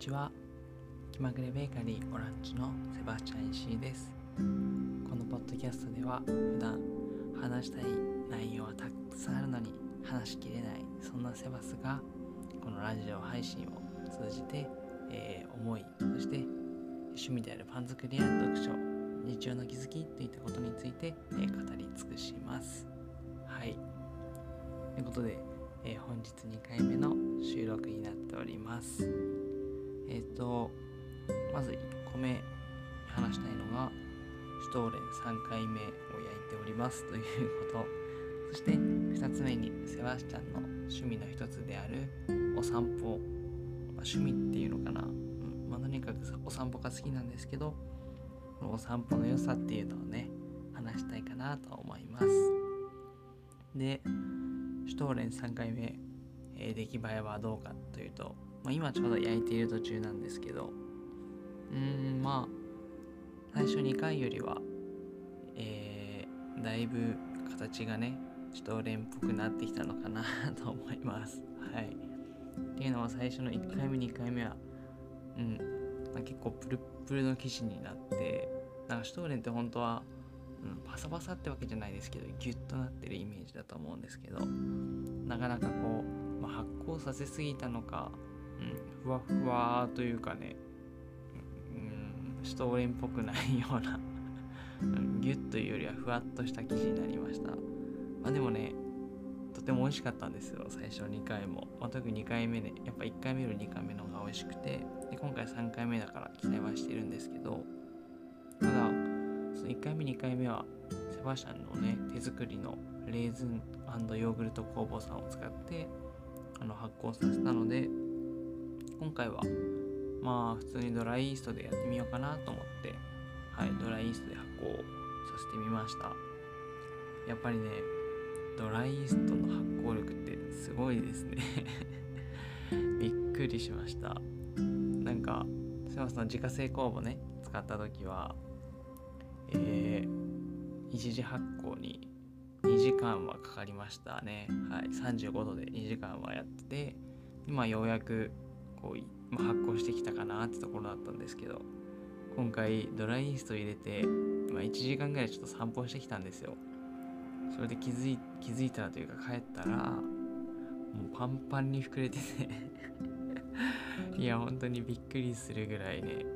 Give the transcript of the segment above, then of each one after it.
ちは。気まぐれベーカリーオランジのセバスチャン石井です。このポッドキャストでは普段話したい内容はたくさんあるのに話しきれない、そんなセバスがこのラジオ配信を通じて、思い、そして趣味であるパン作りや読書、日常の気づきといったことについて、語り尽くします。はい。ということで、本日2回目の収録になっております。まず1個目話したいのがシュトーレン3回目を焼いておりますということ。そして2つ目にセバスチャンの趣味の一つであるお散歩、趣味っていうのかな、とにかくお散歩が好きなんですけど、このお散歩の良さっていうのをね話したいかなと思います。で、シュトーレン3回目、出来栄えはどうかというと、今ちょうど焼いている途中なんですけど、最初2回よりは、だいぶ形がねシュトーレンっぽくなってきたのかなと思います。はい。っていうのは最初の1回目2回目は結構プルップルの生地になって、シュトーレンって本当はパサパサってわけじゃないですけどギュッとなってるイメージだと思うんですけど、なかなかこう、発酵させすぎたのか、ふわふわというかね、シュトーレンっぽくないようなギュッというよりはふわっとした生地になりました。でもね、とても美味しかったんですよ、最初2回も。特に2回目ね、やっぱ1回目より2回目の方が美味しくて、で今回3回目だから期待はしてるんですけど、ただその1回目2回目はセバスチャンのね手作りのレーズン&ヨーグルト工房さんを使って発酵させたので、今回は普通にドライイーストでやってみようかなと思って、ドライイーストで発酵させてみました。やっぱりね、ドライイーストの発酵力ってすごいですねびっくりしました。セバスの自家製酵母ね使った時は、一次発酵に2時間はかかりましたね。35度で2時間はやってて、今ようやく発酵してきたかなってところだったんですけど、今回ドライイースト入れて、1時間ぐらいちょっと散歩してきたんですよ。それで気づいたらというか帰ったらもうパンパンに膨れてていや本当にびっくりするぐらいね、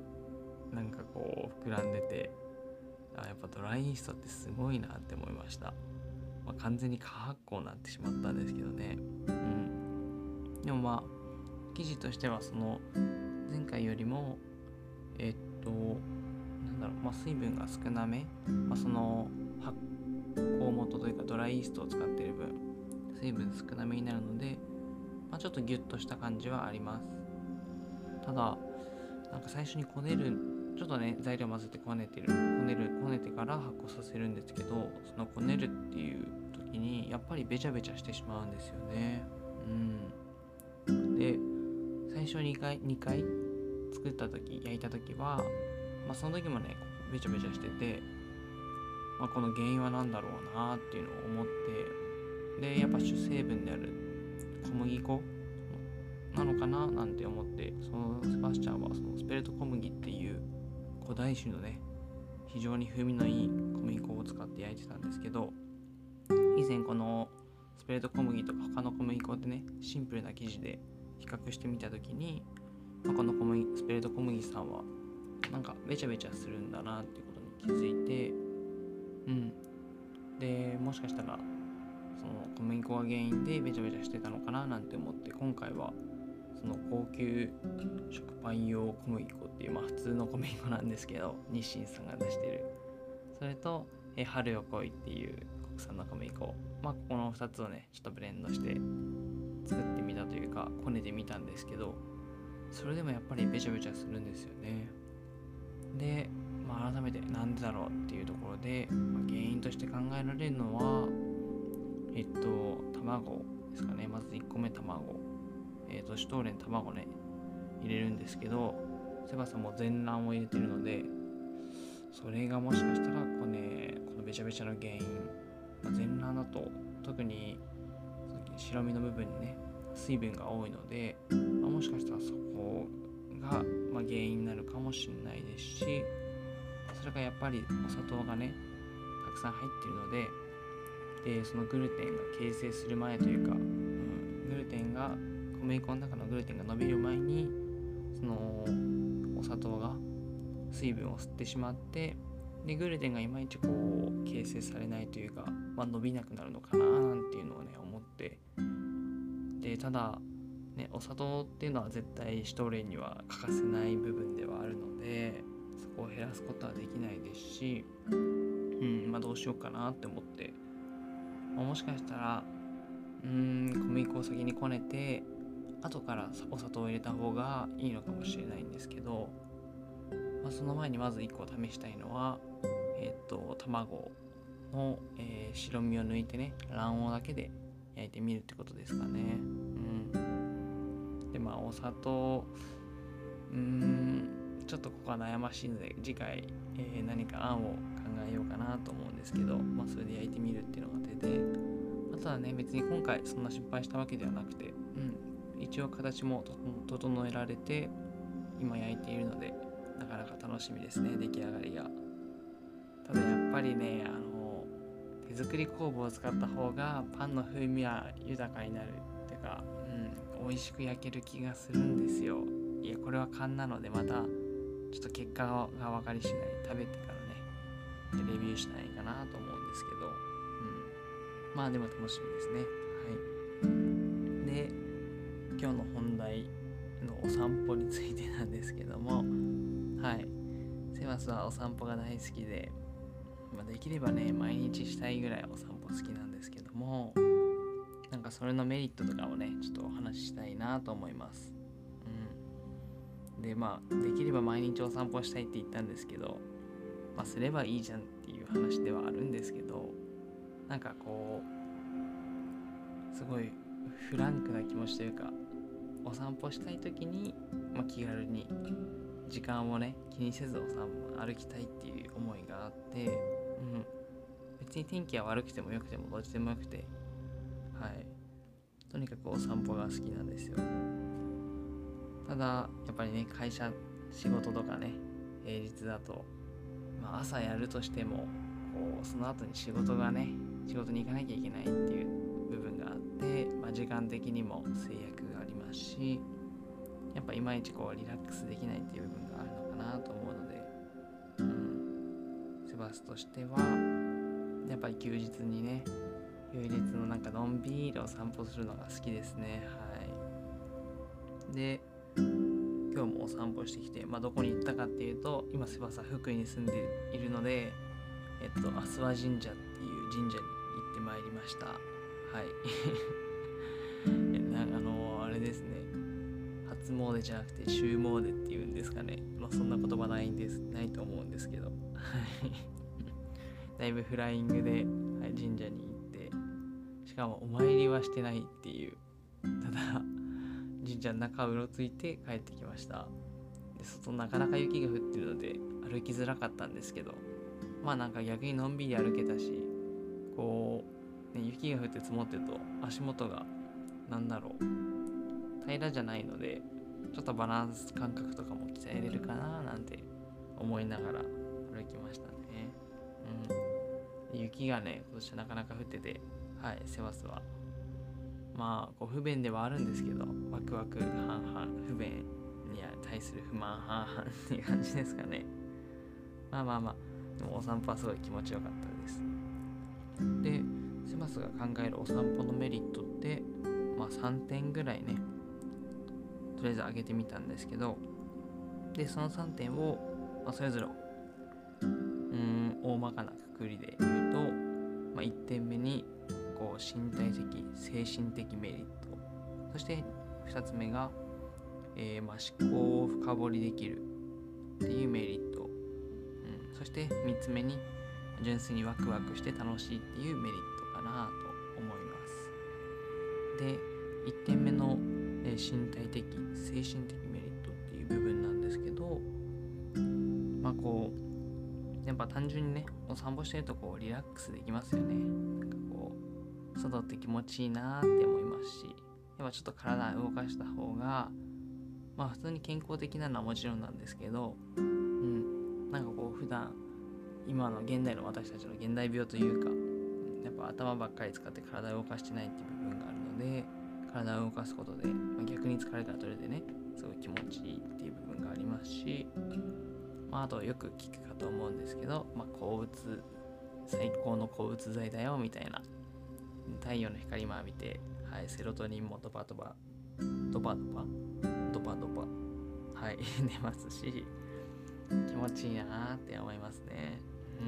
膨らんでて、やっぱドライイーストってすごいなって思いました。完全に過発酵になってしまったんですけどね。でも生地としてはその前回よりも水分が少なめ、その発酵元というかドライイーストを使っている分水分少なめになるので、ちょっとギュッとした感じはあります。ただ最初にこねる、ちょっとね材料混ぜてこねてから発酵させるんですけど、そのこねるっていう時にやっぱりべちゃべちゃしてしまうんですよね。で最初2回焼いた時は、その時もねべちゃべちゃしてて、この原因は何だろうなっていうのを思って、でやっぱ主成分である小麦粉なのかななんて思って、そのセバスチャンはそのスペルト小麦っていう古代種のね非常に風味のいい小麦粉を使って焼いてたんですけど、以前このスペルト小麦とか他の小麦粉でねシンプルな生地で比較してみた時に、このスペルト小麦さんはべちゃべちゃするんだなっていうことに気づいて、でもしかしたらその小麦粉が原因でべちゃべちゃしてたのかななんて思って、今回はその高級食パン用小麦粉っていう普通の小麦粉なんですけど、日清さんが出してるそれと春よ来いっていう国産の小麦粉、この2つをねちょっとブレンドして作ってみたというかこねてみたんですけど、それでもやっぱりべちゃべちゃするんですよね。で、改めてなんでだろうっていうところで、原因として考えられるのは卵ですかね。まず1個目卵、シュトーレン卵ね入れるんですけど、セバさんも全卵を入れてるので、それがもしかしたらこのべちゃべちゃの原因、全卵だと特に白身の部分にね水分が多いので、もしかしたらそこが、原因になるかもしれないですし、それがやっぱりお砂糖がねたくさん入っているので、そのグルテンが形成する前というか、グルテンが小麦粉の中のグルテンが伸びる前にそのお砂糖が水分を吸ってしまって、でグルテンがいまいちこう形成されないというか、伸びなくなるのかななんていうのをね思って、でただね、お砂糖っていうのは絶対シュトーレンには欠かせない部分ではあるので、そこを減らすことはできないですし、どうしようかなって思って、もしかしたら小麦粉を先にこねて後からお砂糖を入れた方がいいのかもしれないんですけど、その前にまず1個試したいのは、卵の、白身を抜いてね、卵黄だけで焼いてみるってことですかね。でお砂糖ちょっとここは悩ましいので次回、何か案を考えようかなと思うんですけど、それで焼いてみるっていうのが手で、ただね別に今回そんな失敗したわけではなくて、一応形も整えられて今焼いているので、なかなか楽しみですね、出来上がりが。ただやっぱりね手作り酵母を使った方がパンの風味は豊かになるっていうか、美味しく焼ける気がするんですよ。いやこれは勘なので、またちょっと結果が分かり次第食べてからねレビューしないかなと思うんですけど、でも楽しみですね。で今日の本題のお散歩についてなんですけども、セバスはお散歩が大好きで、できればね毎日したいぐらいお散歩好きなんですけども、なんかそれのメリットとかをねちょっとお話ししたいなと思います。でできれば毎日お散歩したいって言ったんですけど、すればいいじゃんっていう話ではあるんですけど、なんかこうすごいフランクな気持ちというか、お散歩したい時に、気軽に時間をね気にせず歩きたいっていう思いがあって、別に天気は悪くても良くてもどっちでもよくて、とにかくお散歩が好きなんですよ。ただやっぱりね仕事とかね平日だと、朝やるとしてもその後に仕事に行かなきゃいけないっていう部分があって、時間的にも制約がありますし、やっぱいまいちリラックスできないっていう部分があるのかなと思うので、セバスとしてはやっぱり休日にねののんびりお散歩するのが好きですね。で今日もお散歩してきて、どこに行ったかっていうと、今セバスは福井に住んでいるので、阿諏訪神社っていう神社に行ってまいりました。あれですね、初詣じゃなくて週詣っていうんですかね、そんな言葉ないと思うんですけどだいぶフライングで、神社に行って、しかもお参りはしてないっていう、ただ神社の中をうろついて帰ってきました。で外なかなか雪が降ってるので歩きづらかったんですけど、逆にのんびり歩けたし、雪が降って積もってると足元が平らじゃないので、ちょっとバランス感覚とかも鍛えれるかななんて思いながら歩きましたね。雪がね今年はなかなか降ってて、セバスは不便ではあるんですけど、ワクワク半々、不便に対する不満半々っていう感じですかね。でもお散歩はすごい気持ちよかったです。でセバスが考えるお散歩のメリットって、3点ぐらいねとりあえず挙げてみたんですけど、でその3点を、それぞれ大まかなくくりで言うと、1点目に身体的精神的メリット、そして2つ目が、思考を深掘りできるっていうメリット、そして3つ目に純粋にワクワクして楽しいっていうメリットかなと思います。で1点目の、身体的精神的メリットっていう部分なんですけど、やっぱ単純にねお散歩してるとリラックスできますよね。外って気持ちいいなって思いますし、やっぱちょっと体を動かした方がまあ普通に健康的なのはもちろんなんですけど、なんかこう普段今の現代の私たちの現代病というか、やっぱ頭ばっかり使って体を動かしてないっていう部分があるので、体を動かすことで、逆に疲れが取れてね、すごい気持ちいいっていう部分がありますし、あとよく聞くかと思うんですけど、抗うつ、最高の抗うつ剤だよみたいな、太陽の光も浴びて、セロトニンもドバドバ出ますし、気持ちいいなーって思いますね。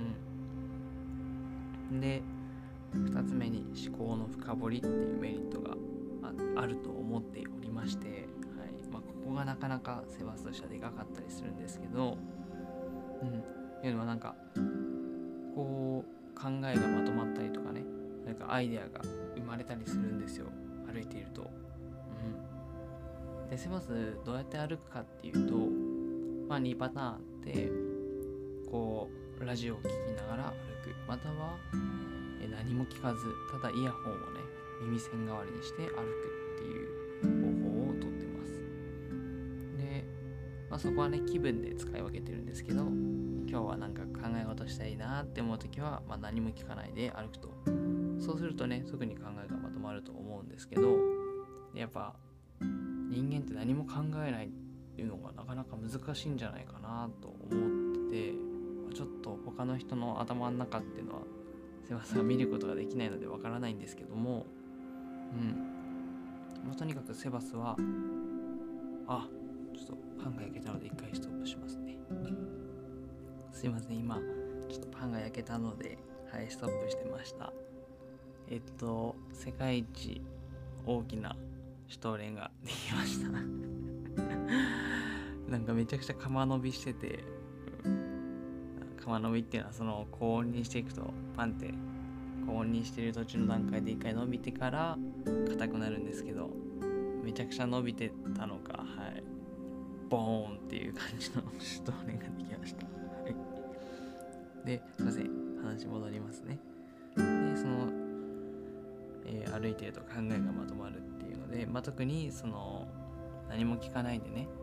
で、2つ目に思考の深掘りっていうメリットがあると思っておりまして、ここがなかなかセバスとしてはでかかったりするんですけど、いうのはなんかこう考えがまとまったりとかね、それからアイデアが生まれたりするんですよ、歩いていると。でセバスどうやって歩くかっていうと、2パターンあって、こうラジオを聴きながら歩く、または何も聞かずただイヤホンをね耳栓代わりにして歩くっていう方法をとってます。で、そこはね気分で使い分けてるんですけど、今日はなんか考え事したいなって思うときは、何も聞かないで歩くと、そうするとね特に考えがまとまると思うんですけど、やっぱ人間って何も考えないっていうのがなかなか難しいんじゃないかなと思ってて、ちょっと他の人の頭の中っていうのはセバスが見ることができないのでわからないんですけども、とにかくセバスはちょっとパンが焼けたので一回ストップしますね。すいません、今ちょっとパンが焼けたのでストップしてました。世界一大きなシュトーレンができましたなんかめちゃくちゃ釜伸びしてて、釜伸びっていうのはその高温にしていくとパンって高温にしている途中の段階で一回伸びてから硬くなるんですけど、めちゃくちゃ伸びてたのか、ボーンっていう感じのシュトーレンができましたですいません、話戻りますね。でその、歩いてると考えがまとまるっていうので、特にその何も聞かないでね、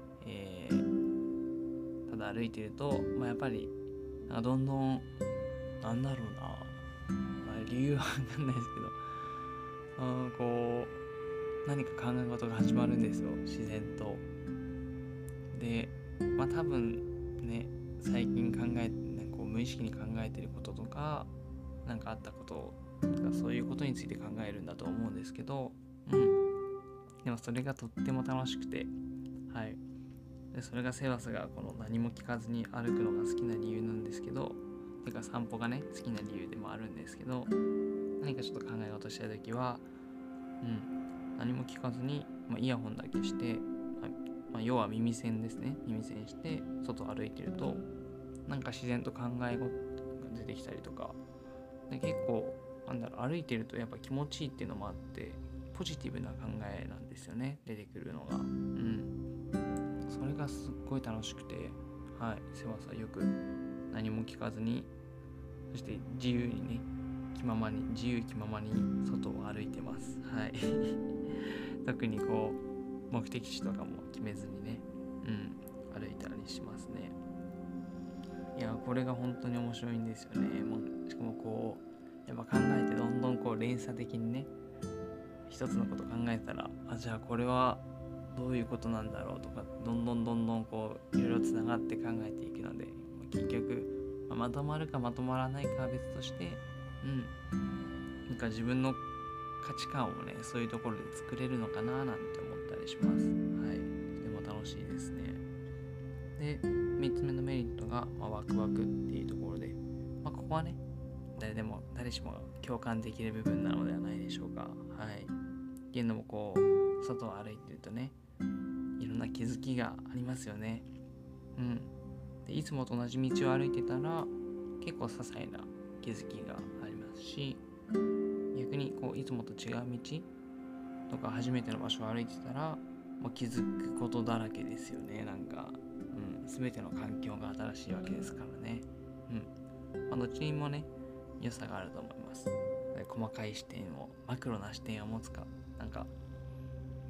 ただ歩いてると、やっぱりどんどんなんだろうな、理由は分かんないですけど、こう何か考え事が始まるんですよ、自然と。で、多分ね、最近こう無意識に考えてることとか、なんかあったこととか、そういうことについて考えるんだと思うんですけど、でもそれがとっても楽しくて、でそれがセバスがこの何も聞かずに歩くのが好きな理由なんですけど、てか散歩がね好きな理由でもあるんですけど、何かちょっと考え事したい時は、何も聞かずに、イヤホンだけして、要は耳栓ですね、耳栓して外歩いてると、なんか自然と考え事が出てきたりとかで、結構歩いてるとやっぱ気持ちいいっていうのもあって、ポジティブな考えなんですよね、出てくるのが。それがすっごい楽しくて、セバスはよく何も聞かずに、そして自由気ままに外を歩いてます。特にこう目的地とかも決めずにね、歩いたりしますね。いや、これが本当に面白いんですよね。しかもこうやっぱ考えてどんどんこう連鎖的にね、一つのこと考えたら、じゃあこれはどういうことなんだろうとか、どんどんこういろいろつながって考えていくので、結局、まとまるかまとまらないかは別として、なんか自分の価値観をね、そういうところで作れるのかななんて思ったりします。とても楽しいですね。で、3つ目のメリットが、ワクワクっていうところで、ここはね、誰しも共感できる部分なのではないでしょうか。っていうのもこう外を歩いてるとね、いろんな気づきがありますよね。でいつもと同じ道を歩いてたら結構些細な気づきがありますし、逆にこういつもと違う道とか初めての場所を歩いてたら、気づくことだらけですよね。全ての環境が新しいわけですからね。どっちにもね良さがあると思います。細かい視点を、マクロな視点を持つか、なんか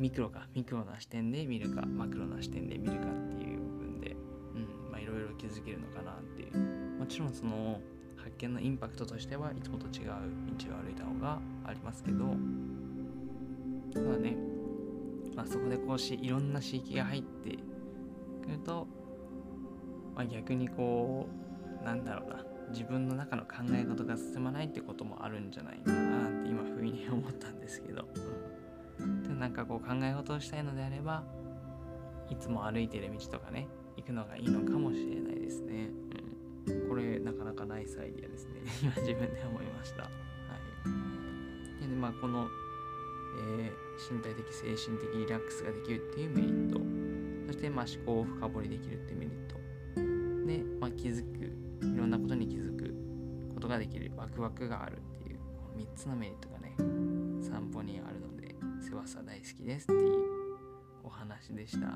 ミクロな視点で見るかマクロな視点で見るかっていう部分でいろいろ気づけるのかなっていう。もちろんその発見のインパクトとしてはいつもと違う道を歩いた方がありますけど、ただね、そこでこういろんな刺激が入ってくると、逆にこう自分の中の考え事が進まないってこともあるんじゃないかなって今不意に思ったんですけど、でなんかこう考え事をしたいのであればいつも歩いてる道とかね行くのがいいのかもしれないですね。これなかなかナイスアイディアですね今自分で思いました。はい。でこの、身体的精神的リラックスができるっていうメリット、そして思考を深掘りできるっていうメリットで、気づく、いろんなことに気づくことができる、ワクワクがあるっていうこの3つのメリットがね散歩にあるので、セバスは大好きですっていうお話でした。はい。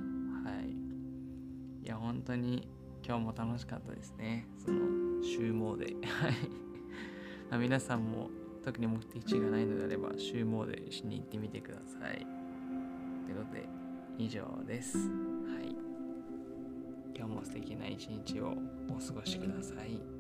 いや本当に今日も楽しかったですね。その週詣で皆さんも特に目的地がないのであれば週詣しに行ってみてください。ということで以上です。はい。今日も素敵な一日をお過ごしください。